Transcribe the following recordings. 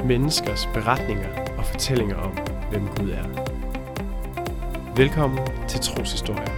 menneskers beretninger og fortællinger om, hvem Gud er. Velkommen til Troshistorier.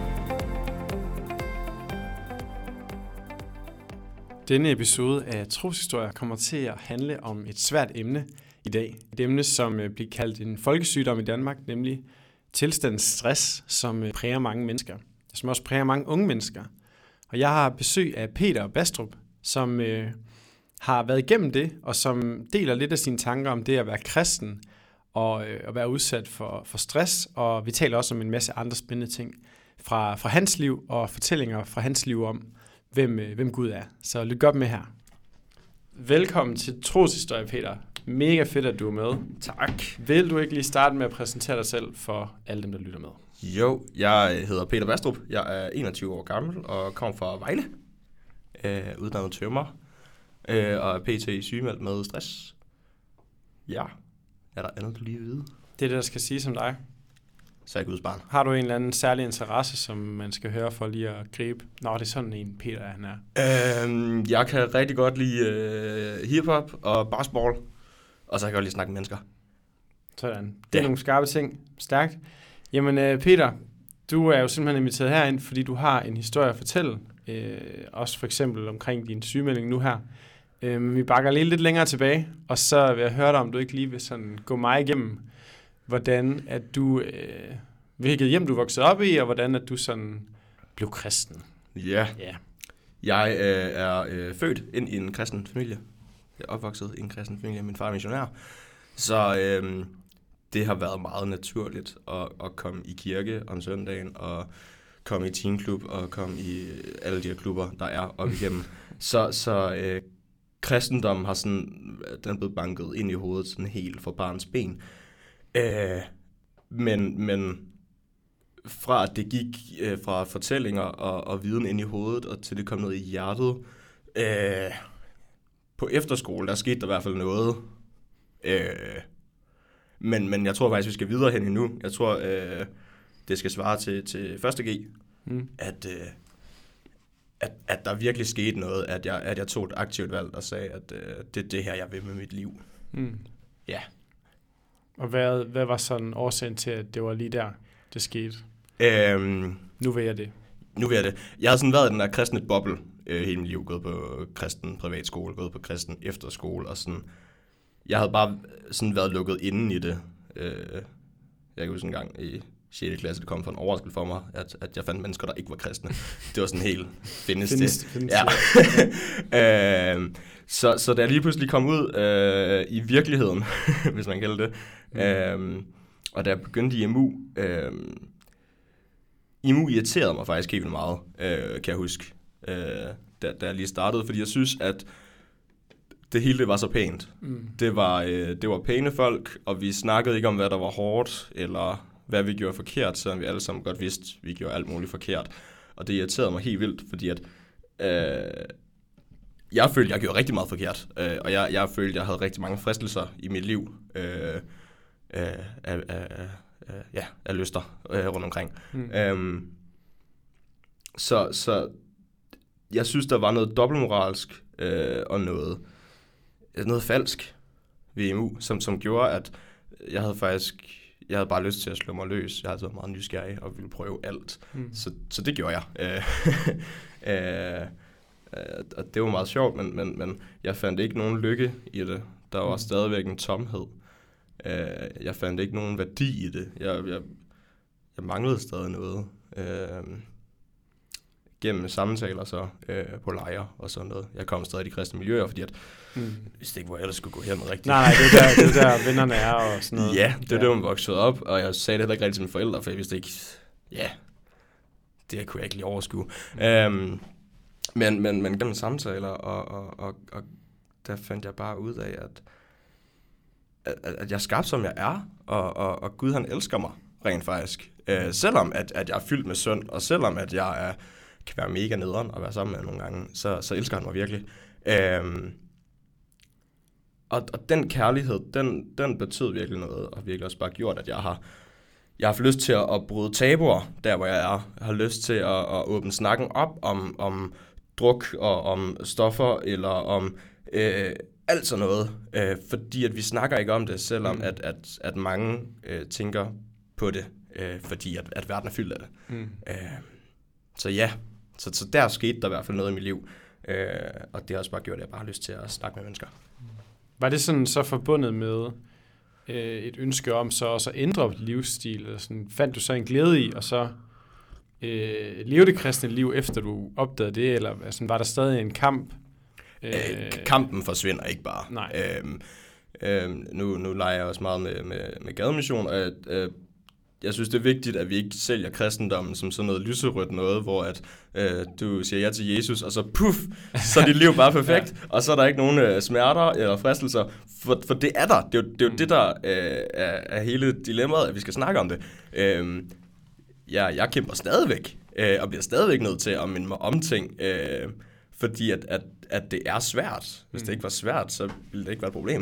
Denne episode af Troshistorier kommer til at handle om et svært emne i dag. Et emne, som bliver kaldt en folkesygdom i Danmark, nemlig tilstandens stress, som præger mange mennesker. Som også præger mange unge mennesker. Og jeg har besøg af Peter Bastrup, som har været igennem det, og som deler lidt af sine tanker om det at være kristen og at være udsat for stress. Og vi taler også om en masse andre spændende ting fra hans liv og fortællinger fra hans liv om, hvem Gud er. Så lyt godt med her. Velkommen til Troshistorie, Peter. Mega fedt, at du er med. Tak. Vil du ikke lige starte med at præsentere dig selv for alle dem, der lytter med? Jo, jeg hedder Peter Bastrup. Jeg er 21 år gammel og kommer fra Vejle. Uddannet tømrer. Og er pt. Sygemeldt med stress. Ja. Er der andet, du lige vil vide? Det er det, der skal sige som dig. Så er jeg Guds barn. Har du en eller anden særlig interesse, som man skal høre for lige at gribe? Nå, det er sådan en Peter, han er. Jeg kan rigtig godt lide hiphop og basketball. Og så kan jeg godt lide at snakke med mennesker. Sådan. Det er nogle skarpe ting. Stærkt. Jamen Peter, du er jo simpelthen inviteret herind, fordi du har en historie at fortælle. Også for eksempel omkring din sygemelding nu her. Vi bakker lige lidt længere tilbage, og så vil jeg høre dig, om du ikke lige vil sådan gå mig igennem, hvordan at du, hvilket hjem du voksede op i, og hvordan at du sådan blev kristen. Ja. Jeg er født ind i en kristen familie. Jeg er opvokset i en kristen familie. Min far er missionær. Så det har været meget naturligt at komme i kirke om søndagen, og komme i teenklub, og komme i alle de her klubber, der er op igennem. Så kristendommen har sådan, den er blevet banket ind i hovedet sådan helt fra barns ben. Men fra at det gik fra fortællinger og viden ind i hovedet, og til det kom ned i hjertet, på efterskole, der skete der i hvert fald noget. Men jeg tror faktisk, vi skal videre hen endnu. Jeg tror, det skal svare til 1.G, at der virkelig skete noget, at jeg tog et aktivt valg og sagde, at det er det her, jeg vil med mit liv. Ja. Og hvad var sådan årsagen til, at det var lige der, det skete? Nu vil jeg det. Jeg har sådan været i den der kristne boble hele mit liv, gået på kristen privatskole, gået på kristen efterskole, og sådan. Jeg havde bare sådan været lukket inde i det. Jeg kan huske en gang i 6. klasse, det kom for en overraskelse for mig, at jeg fandt mennesker, der ikke var kristne. Det var sådan helt, findes det? Ja. Så da jeg lige pludselig kom ud i virkeligheden, hvis man kalder det, og da jeg begyndte i IMU, IMU irriterede mig faktisk helt meget, kan jeg huske, da jeg lige startede, fordi jeg synes, at det hele det var så pænt. Det var pæne folk, og vi snakkede ikke om, hvad der var hårdt, eller hvad vi gjorde forkert, selvom vi alle sammen godt vidste, at vi gjorde alt muligt forkert. Og det irriterede mig helt vildt, fordi at jeg følte, jeg gjorde rigtig meget forkert. Og jeg følte, jeg havde rigtig mange fristelser i mit liv af lyster rundt omkring. Så jeg synes, der var noget dobbeltmoralsk og noget falsk ved IMU, som gjorde, at jeg havde bare lyst til at slå mig løs. Jeg havde været meget nysgerrig og ville prøve alt. Så det gjorde jeg. Og det var meget sjovt, men jeg fandt ikke nogen lykke i det. Der var stadigvæk en tomhed. Jeg fandt ikke nogen værdi i det. Jeg manglede stadig noget. Gennem samtaler så på lejre og sådan noget. Jeg kom stadig i de kristne miljøer, fordi at jeg vidste ikke, hvor jeg ellers skulle gå hen rigtigt. Nej, det er der vennerne er og sådan noget. Ja, det er det, man voksede op, og jeg sagde det heller ikke rigtig til mine forældre, for jeg vidste ikke, det kunne jeg ikke lige overskue. Men gennem samtaler, og der fandt jeg bare ud af, at jeg er skabt, som jeg er, og Gud han elsker mig rent faktisk. Selvom at jeg er fyldt med synd, og selvom at jeg kan være mega nederen at være sammen med nogle gange, så elsker han mig virkelig. Og den kærlighed, den betød virkelig noget, og virkelig også bare gjort, at jeg har haft lyst til at bryde tabuer, der hvor jeg er. Jeg har lyst til at åbne snakken op om druk og om stoffer, eller om alt sådan noget, fordi at vi snakker ikke om det, selvom at mange tænker på det, fordi at verden er fyldt af det. Så ja, så der skete der i hvert fald noget i mit liv, og det har også bare gjort, at jeg bare har lyst til at snakke med mennesker. Var det sådan så forbundet med et ønske om så også at ændre livsstil? Eller sådan, fandt du så en glæde i, og så leve det kristne liv, efter du opdagede det? Eller altså, var der stadig en kamp? Kampen forsvinder ikke bare. Nej. Nu leger jeg også meget med gademission, og jeg synes, det er vigtigt, at vi ikke sælger kristendommen som sådan noget lyserødt noget, hvor at du siger ja til Jesus, og så puff, så er dit liv bare perfekt, og så er der ikke nogen smerter eller fristelser, for det er der. Det er jo det, der er hele dilemmaet, at vi skal snakke om det. Jeg kæmper stadigvæk, og bliver stadigvæk nødt til at minde mig om ting, fordi at det er svært. Hvis det ikke var svært, så ville det ikke være et problem.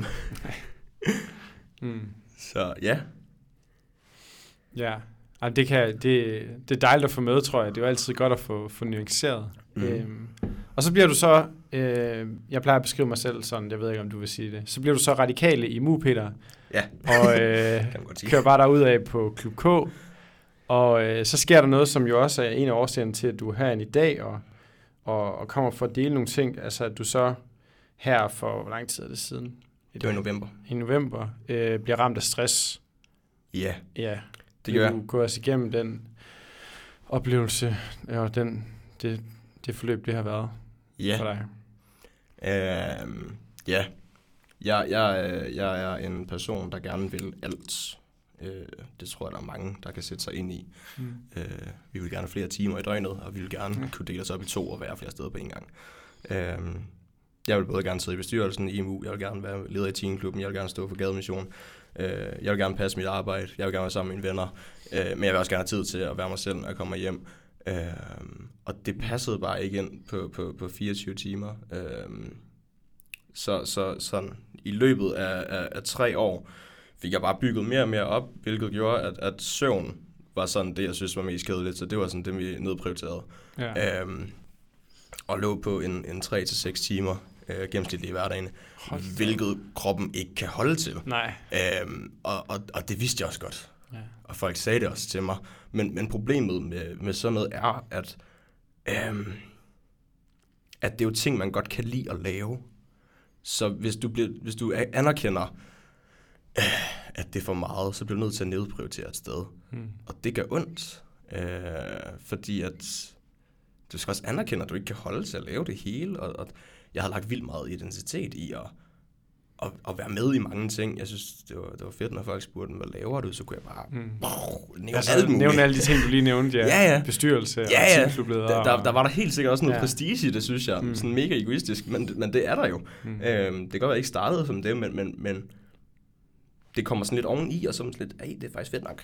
Så ja. Ja, det er dejligt at få med, tror jeg. Det er jo altid godt at få nuanceret. Og så bliver du så, jeg plejer at beskrive mig selv sådan, jeg ved ikke, om du vil sige det, så bliver du så radikale i MU, Peter. Ja, og kører bare derud af på Klub K. Og så sker der noget, som jo også er en af årsagerne til, at du er herinde i dag, og kommer for at dele nogle ting. Altså, at du så her for, hvor lang tid er det siden? Det var i november. I november bliver ramt af stress. Ja. Ja. Det gør jeg. Du går os igennem den oplevelse, og det forløb, det har været for dig. Ja. Jeg er en person, der gerne vil alt. Det tror jeg, der er mange, der kan sætte sig ind i. Vi vil gerne have flere timer i døgnet, og vi vil gerne kunne dele os op i 2 og være flere steder på en gang. Jeg vil både gerne sidde i bestyrelsen i EMU, jeg vil gerne være leder i teenklubben, jeg vil gerne stå for gademission, jeg vil gerne passe mit arbejde, jeg vil gerne være sammen med mine venner, men jeg vil også gerne have tid til at være mig selv, når jeg kommer hjem. Og det passede bare ikke ind på 24 timer. Så sådan, i løbet af 3 år fik jeg bare bygget mere og mere op, hvilket gjorde, at søvn var sådan det, jeg synes var mest kedeligt, så det var sådan det, vi nedprioriterede. Ja. Og lå på en 3-6 timer gennemsnitligt i hverdagen, hvilket kroppen ikke kan holde til. Nej. Og det vidste jeg også godt. Ja. Og folk sagde det også til mig. Men problemet med sådan noget er, at det er jo ting, man godt kan lide at lave. Så hvis du anerkender, at det er for meget, så bliver du nødt til at nedprioritere et sted. Og det gør ondt, fordi at du skal også anerkende, at du ikke kan holde til at lave det hele, og jeg har lagt vildt meget identitet i at være med i mange ting. Jeg synes, det var fedt, når folk spurgte, hvad laver du, så kunne jeg bare nævne alle de ting, du lige nævnte, ja. Bestyrelse og teamklubleder. Der var der helt sikkert også noget prestige i det, synes jeg. Sådan mega egoistisk, men det er der jo. Det kan godt være, jeg ikke startede som det, men det kommer sådan lidt oveni, og så sådan lidt, det er faktisk fedt nok.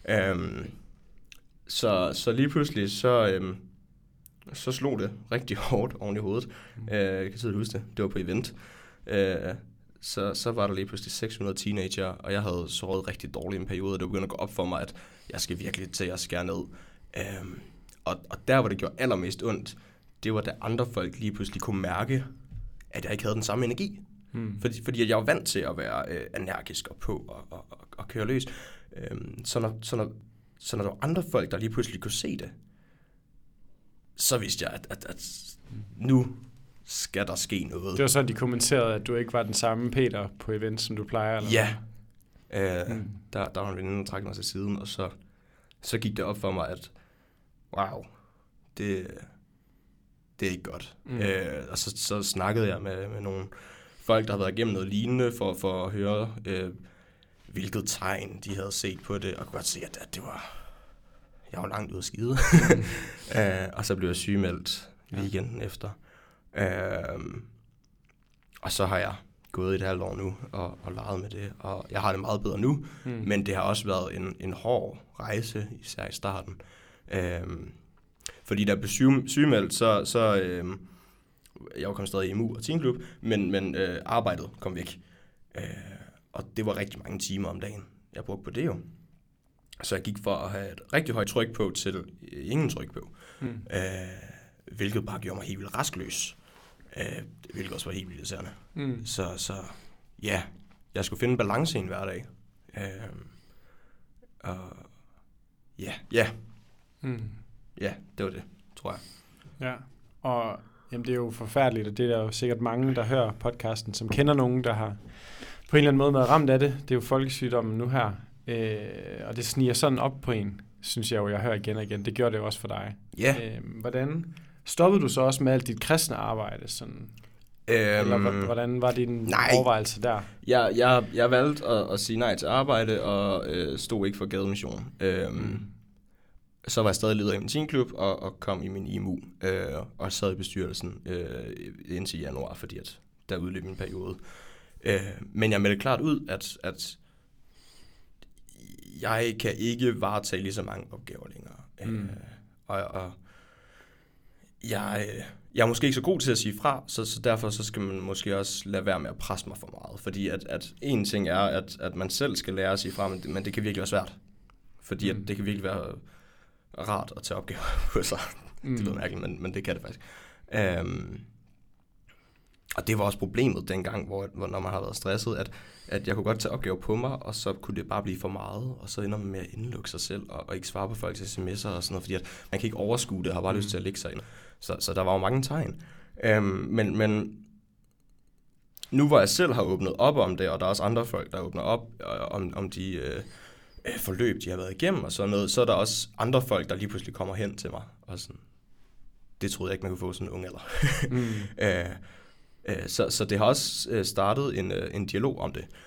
Så lige pludselig, så slog det rigtig hårdt oven i hovedet. Jeg kan tydeligt huske det. Det var på event. Så var der lige pludselig 600 teenager, og jeg havde sovet rigtig dårligt i en periode, og det begyndte at gå op for mig, at jeg skal virkelig til at skære ned. Og der, hvor det gjorde allermest ondt, det var, da andre folk lige pludselig kunne mærke, at jeg ikke havde den samme energi. Fordi jeg var vant til at være energisk og på og køre løs. Så når der var andre folk, der lige pludselig kunne se det, så vidste jeg, at nu skal der ske noget. Det var så, at de kommenterede, at du ikke var den samme Peter på event, som du plejer? Eller ja. Der var en veninde, der trak mig til siden, og så gik det op for mig, at wow, det er ikke godt. Og så snakkede jeg med nogle folk, der havde været igennem noget lignende, for at høre, hvilket tegn de havde set på det, og kunne godt se, at det var... Jeg var langt ude at skide. Og så blev jeg sygemeldt weekenden efter. Og så har jeg gået et halvt år nu og leget med det, og jeg har det meget bedre nu, men det har også været en hård rejse, især i starten. Fordi da jeg blev sygemeldt, så jeg var kommet stadig i EMU og teenklub, men arbejdet kom væk. Og det var rigtig mange timer om dagen, jeg brugte på det jo. Så jeg gik for at have et rigtig højt tryk på til ingen tryk på. Hvilket bare gjorde mig helt vildt rastløs. Hvilket også var helt vildt irriterende. Så ja, jeg skulle finde en balance i en hverdag. Og ja. Ja, det var det, tror jeg. Ja, og jamen, det er jo forfærdeligt, og det er der jo sikkert mange, der hører podcasten, som kender nogen, der har på en eller anden måde været ramt af det. Det er jo folkesygdommen nu her, og det sniger sådan op på en, synes jeg jo, jeg hører igen og igen. Det gjorde det jo også for dig. Ja. Hvordan stoppede du så også med alt dit kristne arbejde? Sådan? Eller hvordan var din overvejelse der? Jeg valgte at sige nej til arbejde og stod ikke for gademission. Så var jeg stadig leder i min teamklub og kom i min IMU og sad i bestyrelsen indtil januar, fordi at der udløb min periode. Men jeg meldte klart ud, at jeg kan ikke varetage lige så mange opgaver længere. Og jeg er måske ikke så god til at sige fra, så derfor så skal man måske også lade være med at presse mig for meget. Fordi at en ting er, at man selv skal lære at sige fra, men det kan virkelig være svært. Fordi at det kan virkelig være rart at tage opgaver på sig. Det lyder mærkeligt, men det kan det faktisk. Og det var også problemet dengang, hvor når man har været stresset, at jeg kunne godt tage opgaver på mig, og så kunne det bare blive for meget, og så ender man med at indlukke sig selv, og ikke svare på folks sms'er og sådan noget, fordi at man kan ikke overskue det, og har bare lyst til at ligge sig ind. Så der var jo mange tegn. Men nu hvor jeg selv har åbnet op om det, og der er også andre folk, der åbner op om de forløb, de har været igennem og sådan noget, så er der også andre folk, der lige pludselig kommer hen til mig, og sådan, det troede jeg ikke, man kunne få sådan en ung alder. Så det har også startet en dialog om det.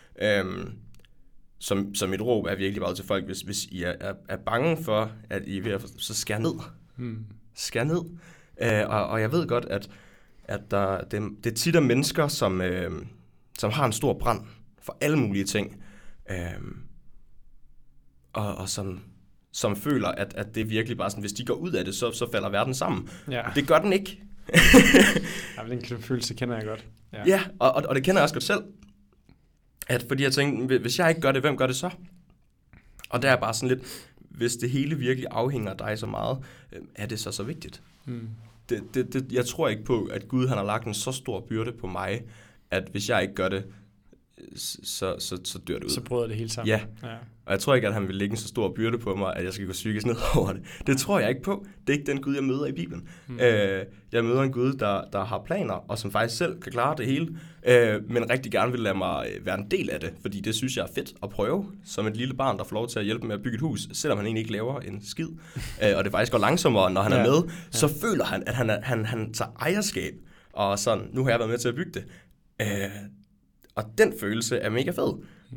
Som et råb er virkelig bare til folk, hvis I er bange for, at I er ved at, så skær ned. Skær ned. Og jeg ved godt, at det er tit af mennesker, som har en stor brand for alle mulige ting. Og som føler, at det er virkelig bare sådan, hvis de går ud af det, så falder verden sammen. Ja. Det gør den ikke. Den følelse kender jeg godt. Ja, og det kender jeg også godt selv. Fordi jeg tænkte, hvis jeg ikke gør det, hvem gør det så? Og der er bare sådan lidt, hvis det hele virkelig afhænger af dig så meget, er det så vigtigt? Jeg tror ikke på, at Gud han har lagt en så stor byrde på mig, at hvis jeg ikke gør det, så dør det ud. Så bryder det hele sammen. Ja. Og jeg tror ikke, at han vil lægge en så stor byrde på mig, at jeg skal gå psykisk ned over det. Det tror jeg ikke på. Det er ikke den Gud, jeg møder i Bibelen. Jeg møder en Gud, der har planer, og som faktisk selv kan klare det hele, men rigtig gerne vil lade mig være en del af det, fordi det synes jeg er fedt at prøve, som et lille barn, der får lov til at hjælpe med at bygge et hus, selvom han egentlig ikke laver en skid. Og det faktisk går langsommere, når han er med, så føler han, at han tager ejerskab, og sådan, nu har jeg været med til at bygge det. Og den følelse er mega fed.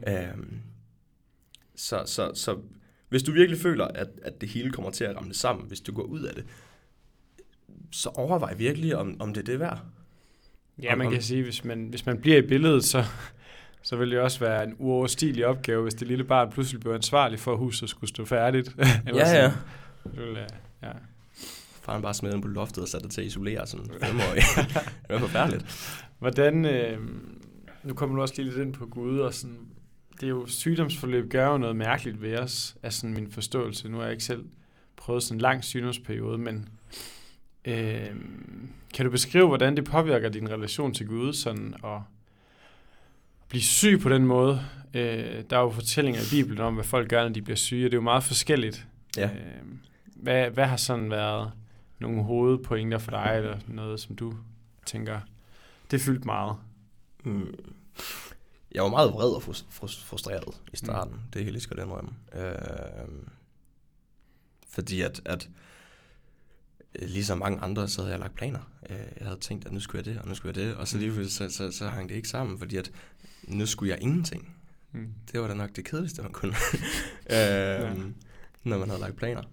Så hvis du virkelig føler, at det hele kommer til at ramle sammen, hvis du går ud af det, så overvej virkelig, om det er det værd. Ja, man kan sige, hvis man bliver i billedet, så vil det også være en uoverstigelig opgave, hvis det lille barn pludselig bliver ansvarlig for, at huset skulle stå færdigt. Ja. Ja. Faren bare smed den på loftet og satte det til at isolere sådan 5-årig. Det var forfærdeligt. Hvordan... Nu kommer du også lige lidt ind på Gud, og sådan, det er jo sygdomsforløb gør jo noget mærkeligt ved os, af sådan min forståelse. Nu har jeg ikke selv prøvet sådan en lang sygdomsperiode, men kan du beskrive, hvordan det påvirker din relation til Gud, sådan at blive syg på den måde? Der er jo fortællinger i Bibelen om, hvad folk gør, når de bliver syge, og det er jo meget forskelligt. Ja. Hvad har sådan været nogle hovedpointer for dig, eller noget, som du tænker, det fyldt meget? Jeg var meget vred og frustreret i starten. Det kan jeg lige så godt indrømme. Fordi at ligesom mange andre, så havde jeg lagt planer. Jeg havde tænkt, at nu skulle jeg det, og nu skulle jeg det. Og så lige så hang det ikke sammen, fordi at nu skulle jeg ingenting. Det var da nok det kedeligste, man kunne. Når man havde lagt planer.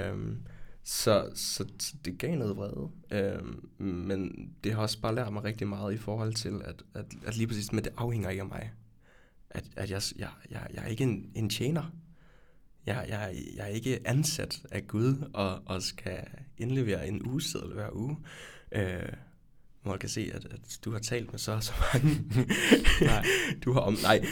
Så det gav noget vrede. Men det har også bare lært mig rigtig meget i forhold til, at lige præcis, men det afhænger ikke af mig. At jeg er ikke en tjener. Jeg er ikke ansat af Gud og skal indlevere en ugeseddel hver uge. Hvor man kan se, at du har talt med så mange. Du har nej.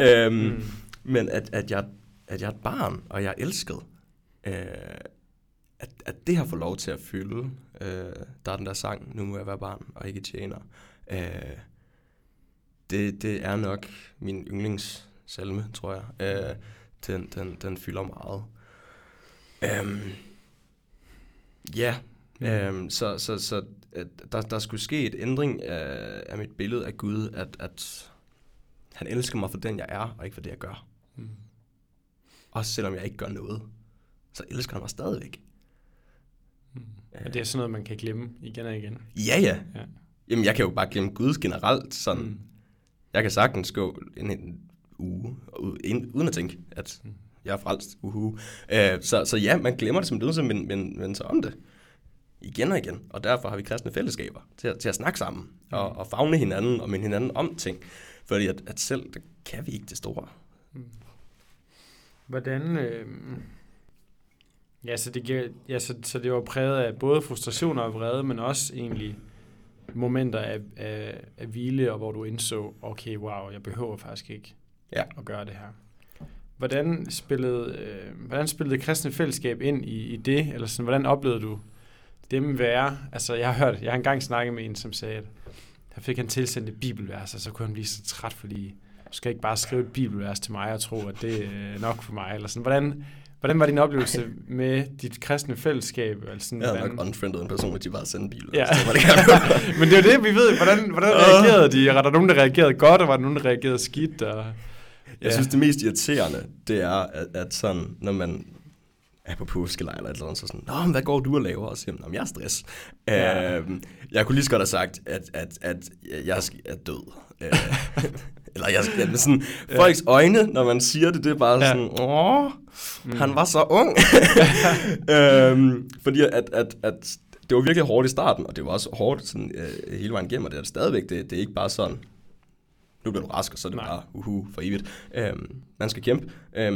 Men at jeg er et barn, og jeg er elsket. at det har fået lov til at fylde, der er den der sang, nu må jeg være barn og ikke tjener. Det er nok min yndlingssalme, tror jeg. Den fylder meget. Så der skulle ske et ændring af mit billede af Gud, at han elsker mig for den, jeg er, og ikke for det, jeg gør. Også selvom jeg ikke gør noget, så elsker han mig stadigvæk. Og det er sådan noget, man kan glemme igen og igen. Ja. Jamen, jeg kan jo bare glemme Gud generelt. Sådan. Jeg kan sagtens gå en uge, uden at tænke, at jeg er frelst. Så ja, man glemmer det som ledelse, men så om det. Igen og igen. Og derfor har vi kristne fællesskaber til at snakke sammen. Og favne hinanden og minde hinanden om ting. Fordi at selv, der kan vi ikke det store. Hvordan... Så det var præget af både frustrationer og vrede, men også egentlig momenter af hvile, og hvor du indså, okay, wow, jeg behøver faktisk ikke at gøre det her. Hvordan spillede kristne fællesskab ind i det? Eller sådan, hvordan oplevede du dem være? Altså, jeg har engang snakket med en, som sagde, at der fik han tilsendt et bibelvers, og så kunne han blive så træt, fordi du skal ikke bare skrive et bibelvers til mig og tro, at det er nok for mig. Eller sådan. Hvordan var din oplevelse med dit kristne fællesskab? Altså, jeg havde nok unfriendet en person, hvis de bare sendte en bil. Ja. Men det er jo det, vi ved. Hvordan reagerede de? Var der nogen, der reagerede godt, og var der nogen, der reagerede skidt? Jeg synes, det mest irriterende, det er, at sådan, når man er på påskelejr eller et eller andet, så sådan, nå, men hvad går du og laver? Og siger, jeg er stress. Jeg kunne lige så godt have sagt, at jeg er død. Eller jeg sådan, folks øjne, når man siger det, det er bare sådan, han var så ung. Fordi at det var virkelig hårdt i starten, og det var også hårdt sådan, hele vejen igennem, og det er stadigvæk, det er ikke bare sådan, nu bliver du rask, og så er det bare for evigt. Man skal kæmpe.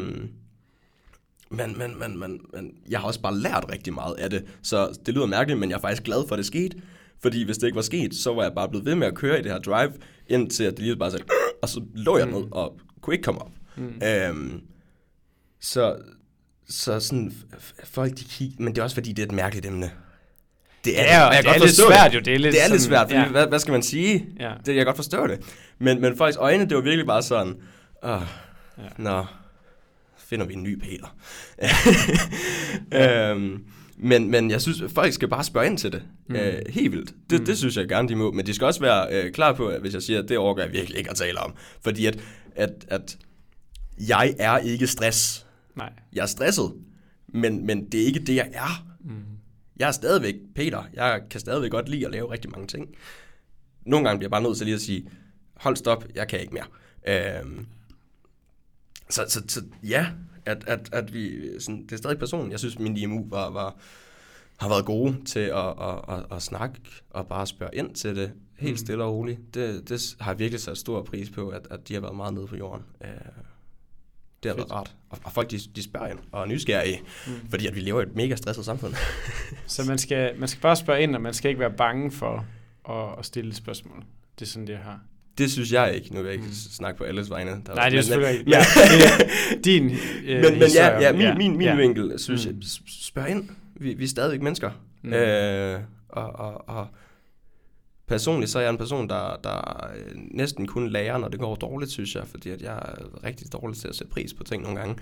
Men jeg har også bare lært rigtig meget af det, så det lyder mærkeligt, men jeg er faktisk glad for, at det skete. Fordi hvis det ikke var sket, så var jeg bare blevet ved med at køre i det her drive, indtil at det lige bare sagde, og så lå jeg ned og kunne ikke komme op. Så sådan, folk de kigger, men det er også fordi, det er et mærkeligt emne. Det er lidt svært jo. Det er lidt svært, fordi hvad skal man sige? Ja. Det, jeg kan godt forstå det. Men folks øjne, det var virkelig bare sådan, finder vi en ny Peter. Men jeg synes, folk skal bare spørge ind til det. Helt vildt. Det synes jeg gerne, de må. Men de skal også være klar på, at hvis jeg siger, at det overgår jeg virkelig ikke at tale om. Fordi at jeg er ikke stress. Nej. Jeg er stresset. Men det er ikke det, jeg er. Jeg er stadigvæk Peter. Jeg kan stadigvæk godt lide at lave rigtig mange ting. Nogle gange bliver jeg bare nødt til lige at sige, hold stop, jeg kan ikke mere. Så ja, at vi, sådan, det er stadig personen. Jeg synes, min IMU har været gode til at snakke og bare spørge ind til det helt stille og roligt. Det har jeg virkelig sat stor pris på, at de har været meget nede på jorden. Det har været rart. Og folk, de spørger ind og er nysgerrige, fordi at vi lever i et mega stresset samfund. Så man skal bare spørge ind, og man skal ikke være bange for at stille spørgsmål. Det er sådan, det her. Det synes jeg ikke. Nu vil jeg ikke snakke på alles vegne. Nej, det er selvfølgelig ikke. Ja, det er din historie. Men min vinkel, synes jeg, spørg ind. Vi er stadigvæk mennesker. Og personligt, så er jeg en person, der næsten kun lærer, når det går dårligt, synes jeg. Fordi at jeg er rigtig dårlig til at sætte pris på ting nogle gange.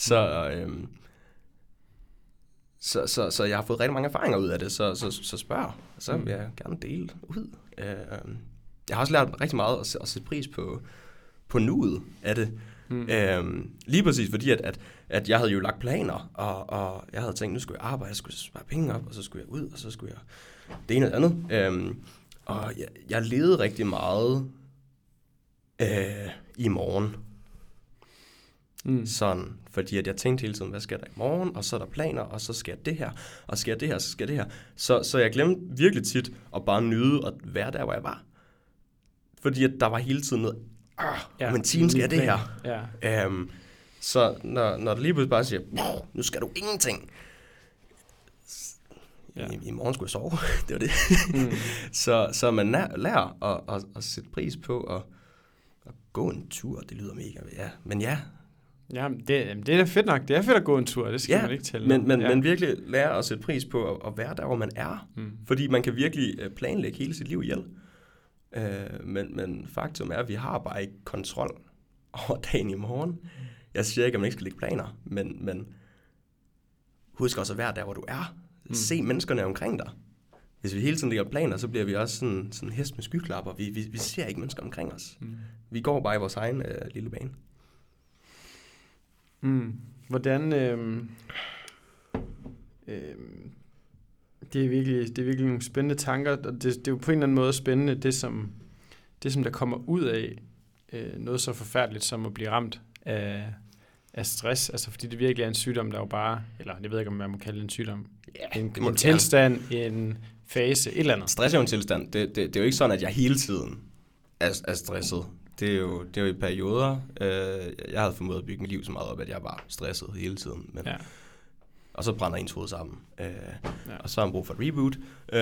Så jeg har fået rigtig mange erfaringer ud af det. Så spørg. Så vil jeg gerne dele ud. Jeg har også lært rigtig meget at sætte pris på nuet af det. Lige præcis fordi, at jeg havde jo lagt planer, og jeg havde tænkt, nu skulle jeg arbejde, jeg skulle spare penge op, og så skulle jeg ud, og så skulle jeg det ene eller andet. Og jeg levede rigtig meget i morgen. Sådan, fordi at jeg tænkte hele tiden, hvad skal der i morgen, og så er der planer, og så skal jeg det her, og skal jeg det her, så skal jeg det her. Så jeg glemte virkelig tit at bare nyde at være der, hvor jeg var. Fordi at der var hele tiden noget, om en time skal jeg det her. Ja. Så når der lige pludselig bare siger, nu skal du ingenting. I morgen skulle jeg sove. Det var det. Så man lærer at sætte pris på at gå en tur. Det lyder mega. Ja. Men ja, Ja, det er fedt nok. Det er fedt at gå en tur, det skal man ikke tælle. Men virkelig lære at sætte pris på at være der, hvor man er. Fordi man kan virkelig planlægge hele sit liv ihjel. Men faktum er, at vi har bare ikke kontrol over dagen i morgen. Jeg siger ikke, at man ikke skal lægge planer, men husk også at være der, hvor du er. Se menneskerne omkring dig. Hvis vi hele tiden lægger planer, så bliver vi også sådan hest med skyklapper. Vi ser ikke mennesker omkring os. Vi går bare i vores egen lille bane. Hvordan... det er virkelig nogle spændende tanker, og det er jo på en eller anden måde spændende, det som der kommer ud af noget så forfærdeligt som at blive ramt af stress, altså fordi det virkelig er en sygdom, der jo bare, eller jeg ved ikke, om man må kalde det en sygdom, en tilstand, en fase, et eller andet. Stress er jo en tilstand. Det er jo ikke sådan, at jeg hele tiden er stresset. Det er jo i perioder. Jeg havde formået at bygge mit liv så meget op, at jeg var stresset hele tiden. Men, og så brænder ens hoved sammen. Og så har man brug for et reboot.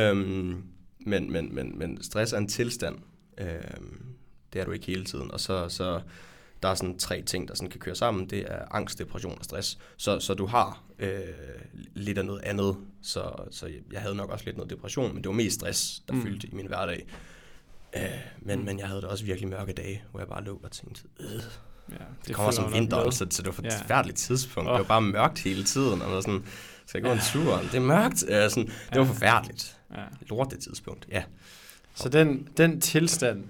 Men stress er en tilstand. Det er du ikke hele tiden. Og så der er sådan 3 ting, der sådan kan køre sammen. Det er angst, depression og stress. Så du har lidt af noget andet. Så jeg havde nok også lidt noget depression, men det var mest stress, der fyldte i min hverdag. Men jeg havde da også virkelig mørke dage, hvor jeg bare lå og tænkte, det kommer som vinteren, så det var for et forfærdeligt tidspunkt. Det var bare mørkt hele tiden, og sådan, skal jeg gå en tur? Det er mørkt. Det var forfærdeligt. Lortet tidspunkt, ja. Så den tilstand,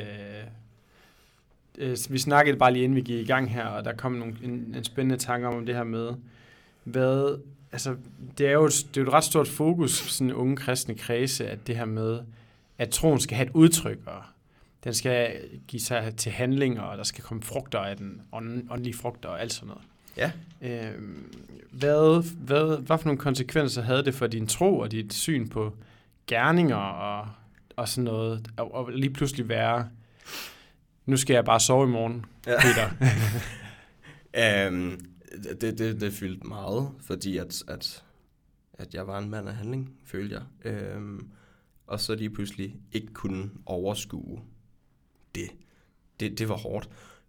vi snakkede bare lige inden vi gik i gang her, og der kom en spændende tanke om det her med, det er jo et ret stort fokus, sådan unge kristne kredse, at det her med, at troen skal have et udtryk, og den skal give sig til handlinger, og der skal komme frugter af den, åndelige frugter og alt sådan noget. Ja. Hvad for nogle konsekvenser havde det for din tro og dit syn på gerninger og sådan noget, og lige pludselig være, nu skal jeg bare sove i morgen, Peter? Det fyldte meget, fordi at jeg var en mand af handling, følte jeg. Og så lige pludselig ikke kunne overskue det. Det var hårdt.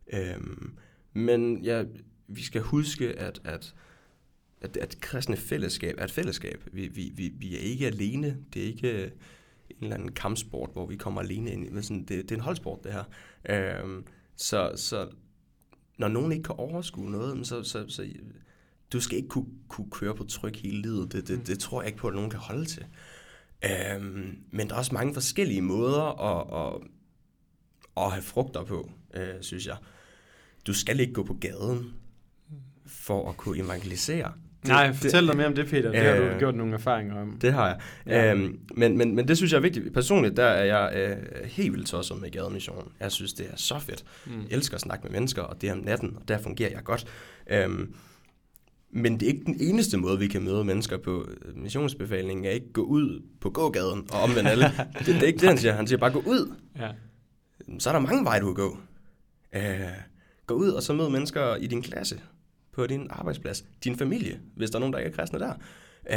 Men vi skal huske, at kristne fællesskab er et fællesskab. Vi er ikke alene. Det er ikke en eller anden kampsport, hvor vi kommer alene ind. Men sådan, det er en holdsport, det her. Så når nogen ikke kan overskue noget, så du skal ikke kunne køre på tryk hele livet. Det tror jeg ikke på, at nogen kan holde til. Men der er også mange forskellige måder at have frugter på, synes jeg. Du skal ikke gå på gaden for at kunne evangelisere. Fortæl dig mere om det, Peter. Det har du gjort nogle erfaringer om. Det har jeg. Ja. Men det synes jeg er vigtigt. Personligt, der er jeg helt vildt tosset med gademissionen. Jeg synes, det er så fedt. Jeg elsker at snakke med mennesker, og det er om natten, og der fungerer jeg godt. Men det er ikke den eneste måde, vi kan møde mennesker på. Missionsbefalingen er ikke gå ud på gågaden og omvende alle. Det er ikke det, han siger. Han siger bare gå ud. Ja. Så er der mange veje, du kan gå. Gå ud og så møde mennesker i din klasse, på din arbejdsplads, din familie, hvis der er nogen, der ikke er kristne der.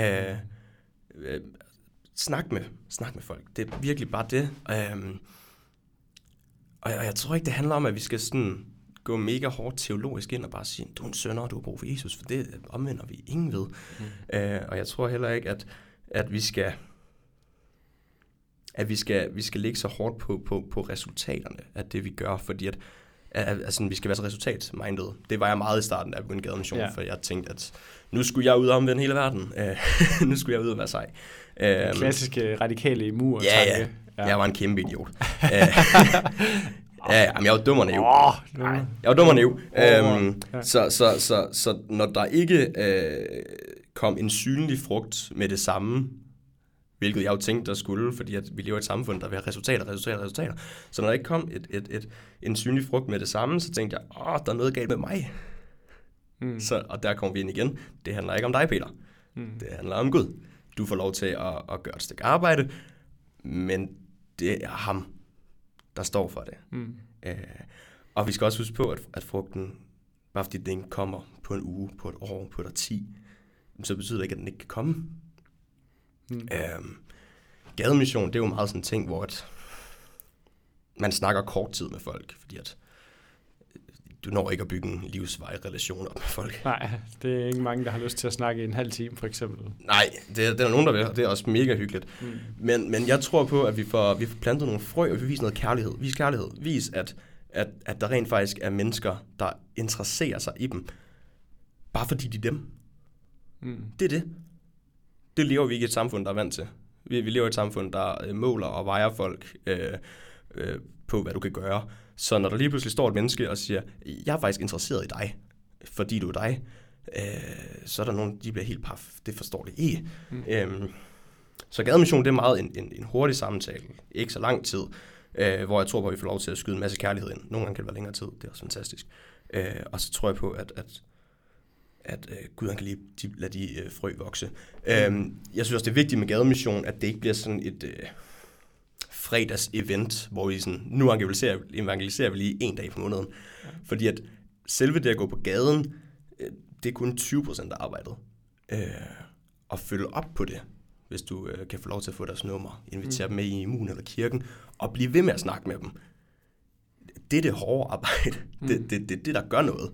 Snak med folk. Det er virkelig bare det. Og jeg tror ikke, det handler om, at vi skal sådan gå mega hårdt teologisk ind og bare sige, du er en sønder, og du har brug for Jesus, for det omvender vi ingen ved. Og jeg tror heller ikke, at vi skal ligge så hårdt på resultaterne af det, vi gør, fordi vi skal være så resultatmindet. Det var jeg meget i starten af en gademission, for jeg tænkte, at nu skulle jeg ud og omvende hele verden. Nu skulle jeg ud og være sej. Klassiske radikale mur. Ja. Jeg var en kæmpe idiot. Men jeg var dum og naiv. Jeg var dum og naiv. Så når der ikke kom en synlig frugt med det samme, hvilket jeg jo tænkte, der skulle, fordi at vi lever i et samfund, der vil have resultater. Så når der ikke kom en synlig frugt med det samme, så tænkte jeg, der er noget galt med mig. Og der kommer vi ind igen. Det handler ikke om dig, Peter. Det handler om Gud. Du får lov til at gøre et stykke arbejde, men det er ham, der står for det. Og vi skal også huske på, at frugten, bare fordi den ikke kommer på en uge, på et år, på et årti, så betyder det ikke, at den ikke kan komme. Gademission, det er jo meget sådan en ting, hvor man snakker kort tid med folk, fordi at du når ikke at bygge en livsvarig relation op med folk. Nej, det er ikke mange, der har lyst til at snakke i en halv time, for eksempel. Nej, det er der nogen, der vil, og det er også mega hyggeligt. Men jeg tror på, at vi får plantet nogle frø, og vi viser noget kærlighed. Vis kærlighed. Vis, at der rent faktisk er mennesker, der interesserer sig i dem, bare fordi de er dem. Det er det. Det lever vi ikke i et samfund, der er vant til. Vi lever i et samfund, der måler og vejer folk på, hvad du kan gøre. Så når der lige pludselig står et menneske og siger, jeg er faktisk interesseret i dig, fordi du er dig, så er der nogen, de bliver helt paf. Det forstår de ikke. Så gademission, det er meget en hurtig samtale. Ikke så lang tid, hvor jeg tror på, at vi får lov til at skyde en masse kærlighed ind. Nogle gange kan det være længere tid. Det er også fantastisk. Og så tror jeg på, at Gud han kan lige lade de frø vokse. Jeg synes også, det er vigtigt med gademission, at det ikke bliver sådan et fredags-event, hvor vi sådan, nu evangeliserer vi lige en dag på måneden. Ja. Fordi at selve det at gå på gaden, det er kun 20% af arbejdet. Og følge op på det, hvis du kan få lov til at få deres nummer, invitere dem med i immun eller kirken, og blive ved med at snakke med dem. Det er det hårde arbejde. Det er det, der gør noget.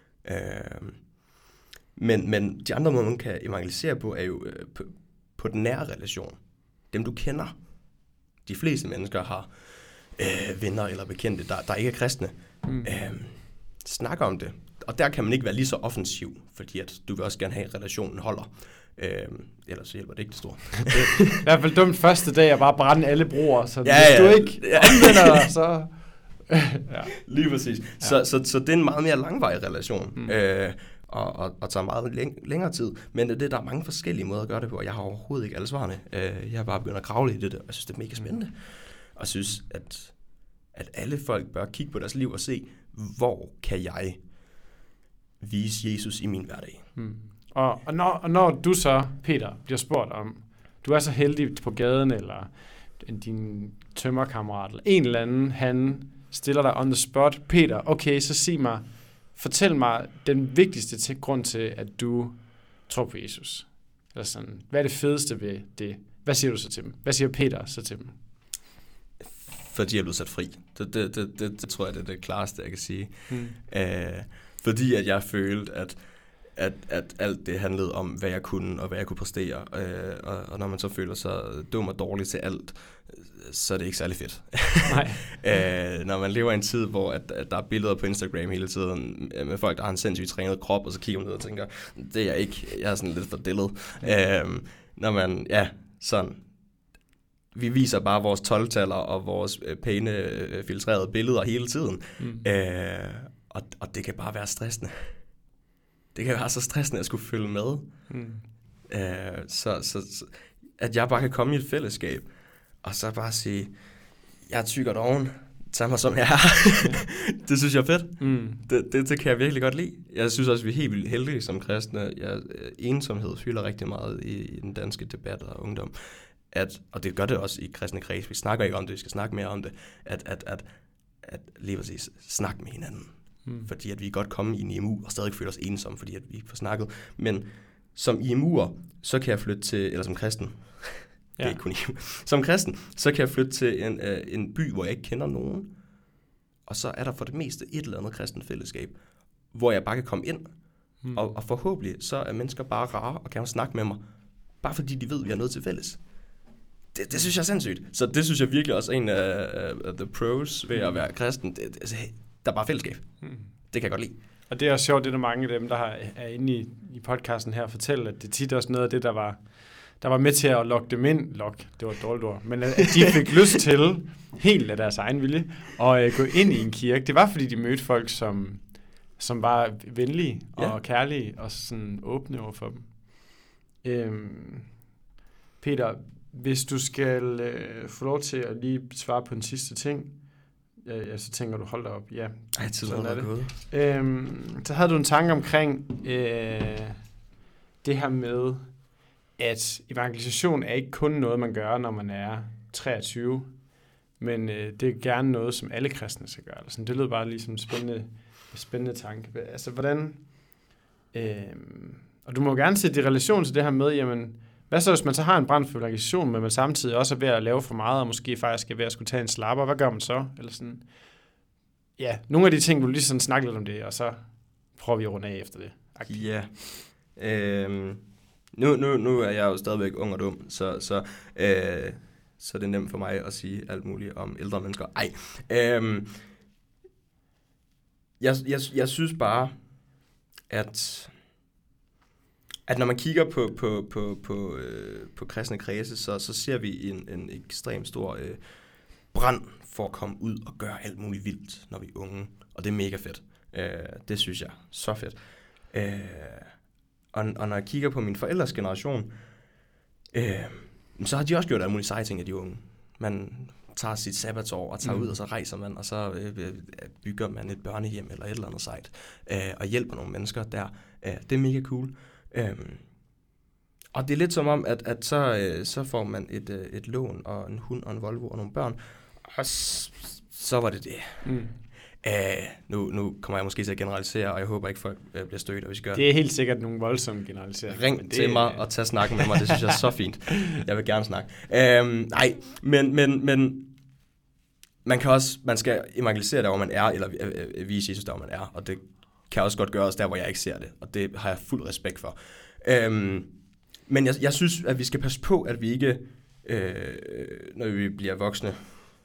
Men de andre måder, man kan evangelisere på, er jo på den nære relation. Dem, du kender. De fleste mennesker har venner eller bekendte, der ikke er kristne. Snakker om det. Og der kan man ikke være lige så offensiv, fordi at du vil også gerne have, at relationen holder. Ellers så hjælper det ikke det store. Det er i hvert fald dumt første dag at bare brænde alle broer, så hvis du ikke omvender dig, så... ja. Lige præcis. Ja. Så det er en meget mere langvarig relation. Og tager meget længere tid. Men der er mange forskellige måder at gøre det på, og jeg har overhovedet ikke alle svarene. Jeg har bare begyndt at kravle i det, og jeg synes, det er mega spændende. Og jeg synes, at alle folk bør kigge på deres liv og se, hvor kan jeg vise Jesus i min hverdag. Og når du så, Peter, bliver spurgt om, du er så heldig på gaden, eller din tømmerkammerat, eller en eller anden, han stiller dig on the spot. Peter, okay, så fortæl mig den vigtigste grund til, at du tror på Jesus. Eller sådan, hvad er det fedeste ved det? Hvad siger du så til dem? Hvad siger Peter så til dem? Fordi jeg er blevet sat fri. Det tror jeg, det er det klareste, jeg kan sige. Fordi at jeg følte, at alt det handlede om, hvad jeg kunne, og hvad jeg kunne præstere. Og når man så føler sig dum og dårlig til alt, så er det ikke særlig fedt. Nej. Når man lever i en tid, hvor at der er billeder på Instagram hele tiden med folk, der har en sindssygt trænet krop, og så kigger man ned og tænker, det er jeg ikke. Jeg er sådan lidt for dillet. Når man, sådan... Vi viser bare vores 12-taller og vores pæne, filtrerede billeder hele tiden. Og det kan bare være stressende. Det kan være så stressende at skulle følge med. Så at jeg bare kan komme i et fællesskab, og så bare sige, jeg er tyk og doven, tag mig som jeg er. Det synes jeg er fedt. Det kan jeg virkelig godt lide. Jeg synes også, vi er helt vildt heldige som kristne. Ensomhed fylder rigtig meget i den danske debat og ungdom. Og det gør det også i kristne kreds. Vi snakker ikke om det, vi skal snakke mere om det. At lige præcis snakke med hinanden. Fordi at vi godt komme i en IMU og stadig føler os ensomme, fordi at vi ikke får snakket. Men som IMU'er, så kan jeg flytte til, eller som kristen, det er ikke kun IMU, som kristen, så kan jeg flytte til en by, hvor jeg ikke kender nogen. Og så er der for det meste et eller andet kristen fællesskab, hvor jeg bare kan komme ind. Og forhåbentlig så er mennesker bare rare og kan snakke med mig, bare fordi de ved, at vi har noget til fælles. Det synes jeg er sindssygt. Så det synes jeg virkelig også er en af the pros ved at være kristen. Der er bare fællesskab. Det kan jeg godt lide. Og det er også sjovt, det er der mange af dem, der er inde i podcasten her, fortæller, at det er tit også noget af det, der var med til at lokke dem ind. Det var et dårligt ord. Men at de fik lyst til, helt af deres egen vilje, at gå ind i en kirke. Det var, fordi de mødte folk, som var venlige og kærlige og sådan åbne over for dem. Peter, hvis du skal få lov til at lige svare på en sidste ting, så tænker du, hold da op. Ja, sådan er det. Så havde du en tanke omkring det her med, at evangelisation er ikke kun noget, man gør, når man er 23, men det er gerne noget, som alle kristne skal gøre. Altså, det lød bare ligesom en spændende tanke. Altså, hvordan... og du må gerne sætte i relation til det her med, jamen, hvad så, hvis man så har en brand for evangelisation, men man samtidig også er ved at lave for meget, og måske faktisk er ved at skulle tage en slapper? Hvad gør man så? Eller sådan. ja, nogle af de ting, du lige sådan snakke lidt om det, og så prøver vi at runde af efter det. Ja. Nu er jeg jo stadigvæk ung og dum, så det er nemt for mig at sige alt muligt om ældre mennesker. Jeg synes bare, at når man kigger på kristne kredse, så ser vi en ekstremt stor brand for at komme ud og gøre alt muligt vildt, når vi er unge. Og det er mega fedt. Det synes jeg så fedt. Og når jeg kigger på min forældres generation, så har de også gjort alle mulige seje ting af de unge. Man tager sit sabbatsår og tager ud, og så rejser man, og så bygger man et børnehjem eller et eller andet sejt, og hjælper nogle mennesker der. Det er mega cool. Og det er lidt som om, at så får man et lån og en hund og en Volvo og nogle børn, og så var det det. Nu kommer jeg måske til at generalisere, og jeg håber ikke, folk bliver stødt, hvis vi gør det. Det er helt sikkert nogle voldsomme generaliseringer. Ring til mig og tag snakken med mig, det synes jeg er så fint. Jeg vil gerne snakke. Nej, men man skal evangelisere der, hvor man er, eller vise Jesus der, hvor man er, og det kan også godt gøres der, hvor jeg ikke ser det, og det har jeg fuld respekt for. Men jeg synes, at vi skal passe på, at vi ikke, når vi bliver voksne,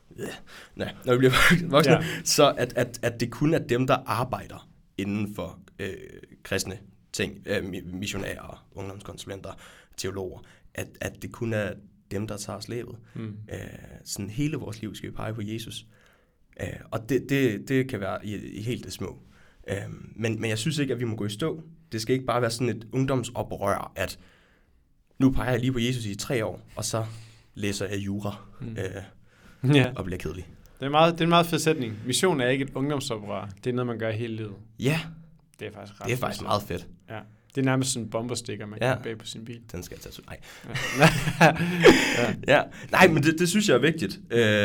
så at det kun er dem, der arbejder inden for kristne ting, missionærer, ungdomskonsulenter, teologer, at det kun er dem, der tager slæbet. Sådan hele vores liv skal vi pege på Jesus. Og det kan være i helt det små. Men jeg synes ikke, at vi må gå i stå. Det skal ikke bare være sådan et ungdomsoprør, at nu peger jeg lige på Jesus i 3 år, og så læser jeg jura og bliver kedelig. Det er en meget fed sætning. Mission er ikke et ungdomsoprør. Det er noget, man gør hele livet. Ja. Det er faktisk Det er faktisk meget fedt. Ja. Det er nærmest sådan en bomberstikker, man kan bag på sin bil. Den skal jeg tage. Nej. Ja. Nej, men det synes jeg er vigtigt.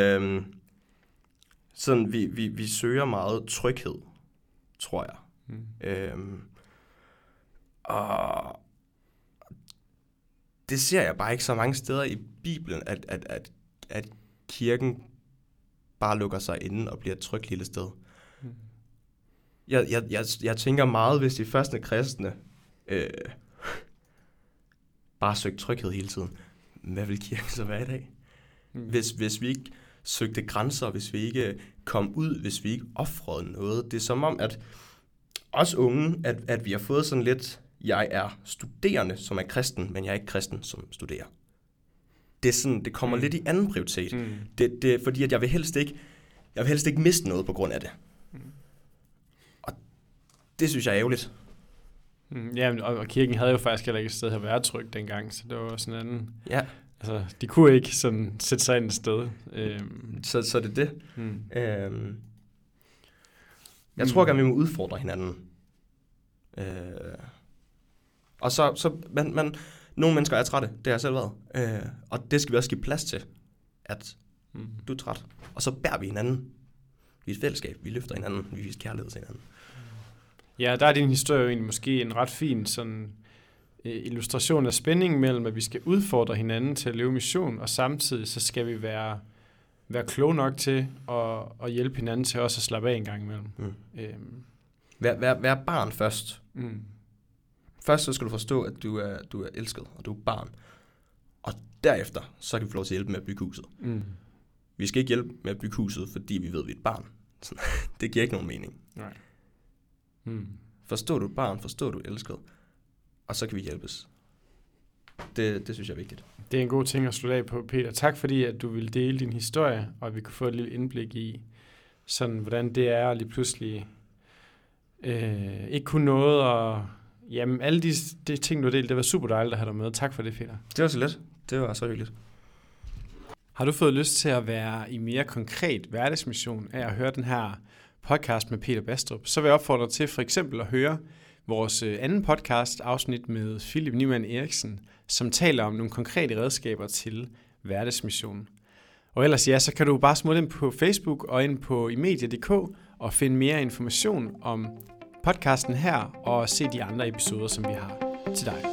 Sådan, vi søger meget tryghed, tror jeg. Og det ser jeg bare ikke så mange steder i Bibelen, at kirken bare lukker sig inde og bliver et trygt lille sted. Jeg tænker meget, hvis de første kristne bare søgte tryghed hele tiden. Hvad vil kirken så være i dag? Hvis vi ikke søgte grænser, hvis vi ikke kom ud, hvis vi ikke ofrede noget. Det er som om, at os unge, at vi har fået sådan lidt, jeg er studerende, som er kristen, men jeg er ikke kristen, som studerer. Det er sådan, det kommer lidt i anden prioritet. Det er fordi, at jeg vil helst ikke miste noget på grund af det. Og det synes jeg er ærgerligt. Ja, og kirken havde jo faktisk heller ikke et sted at være tryg dengang, så det var sådan en anden. Ja. Altså, de kunne ikke sådan sætte sig ind et sted. Så det er det. Jeg tror gerne, vi må udfordre hinanden. Og så nogle mennesker er trætte, det har jeg selv været. Og det skal vi også give plads til, at du er træt. Og så bærer vi hinanden. Vi er et fællesskab, vi løfter hinanden, vi viser kærlighed til hinanden. Ja, der er din historie jo egentlig måske en ret fin sådan illustration af spændingen mellem, at vi skal udfordre hinanden til at leve mission, og samtidig så skal vi være kloge nok til at hjælpe hinanden til også at slappe af en gang imellem. Vær barn først. Først så skal du forstå, at du er elsket, og du er barn. Og derefter, så kan vi få lov til at hjælpe med at bygge huset. Vi skal ikke hjælpe med at bygge huset, fordi vi ved, at vi er et barn. Det giver ikke nogen mening. Nej. Forstår du et barn, forstår du elsket, og så kan vi hjælpes. Det synes jeg er vigtigt. Det er en god ting at slutte af på, Peter. Tak fordi, at du ville dele din historie, og at vi kunne få et lille indblik i, sådan, hvordan det er lige pludselig ikke kunne noget, og jamen, alle de ting, du har delt, det var super dejligt at have dig med. Tak for det, Peter. Det var så let. Det var så hyggeligt. Har du fået lyst til at være i mere konkret hverdagsmission af at høre den her podcast med Peter Bastrup, så vil jeg opfordre til for eksempel at høre vores anden podcast afsnit med Philip Niemann Eriksen, som taler om nogle konkrete redskaber til hverdagsmission. Og ellers ja, så kan du bare smutte ind på Facebook og ind på imedia.dk og finde mere information om podcasten her og se de andre episoder, som vi har til dig.